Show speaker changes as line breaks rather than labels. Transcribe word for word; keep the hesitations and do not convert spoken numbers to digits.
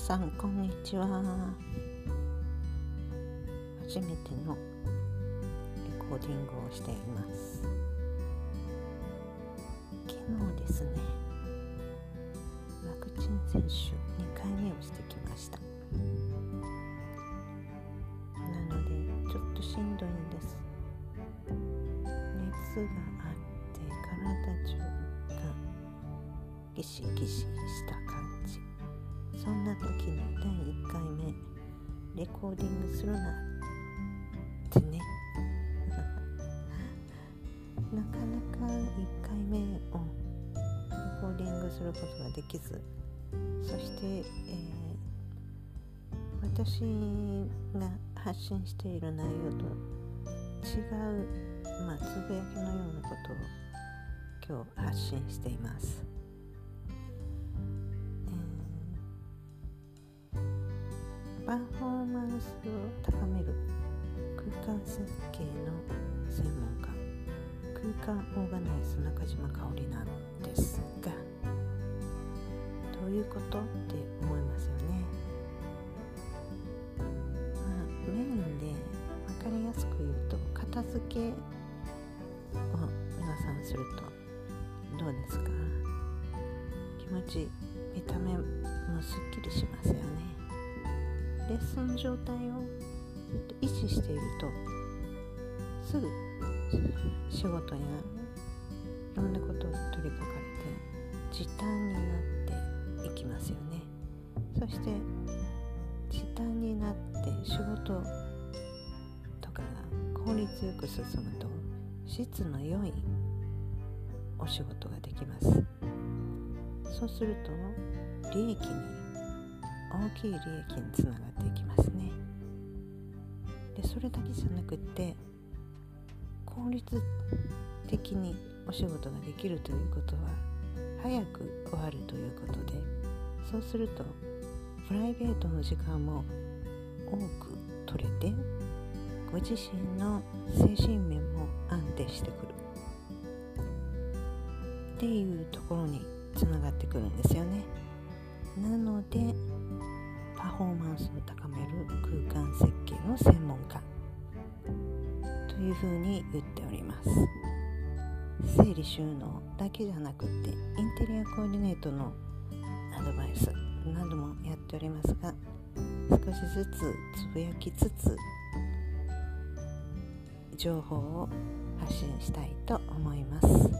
さんこんにちは。初めてのレコーディングをしています。昨日ですね、ワクチン接種にかいめをしてきました。なのでちょっとしんどいんです。熱があって体中がギシギシした感じ。そんな時にだいいっかいめレコーディングするなってねなかなかいっかいめをレコーディングすることができず、そして、えー、私が発信している内容と違う、まあ、つぶやきのようなことを今日発信しています。パフォーマンスを高める空間設計の専門家、空間オーガナイズ中島香織なんですが、どういうことって思いますよね。まあ、メインで分かりやすく言うと、片付けを皆さんするとどうですか？気持ち、見た目もすっきりしますよね。レッスン状態を維持していると、すぐ仕事やいろんなことを取り掛かれて時短になっていきますよね。そして時短になって仕事とかが効率よく進むと、質の良いお仕事ができます。そうすると利益に大きい利益につながっていきますね。で、それだけじゃなくって効率的にお仕事ができるということは、早く終わるということで、そうするとプライベートの時間も多く取れて、ご自身の精神面も安定してくるっていうところにつながってくるんですよね。なのでパフォーマンスを高める空間設計の専門家というふうに言っております。整理収納だけじゃなくて、インテリアコーディネートのアドバイスなどもやっておりますが、少しずつつぶやきつつ情報を発信したいと思います。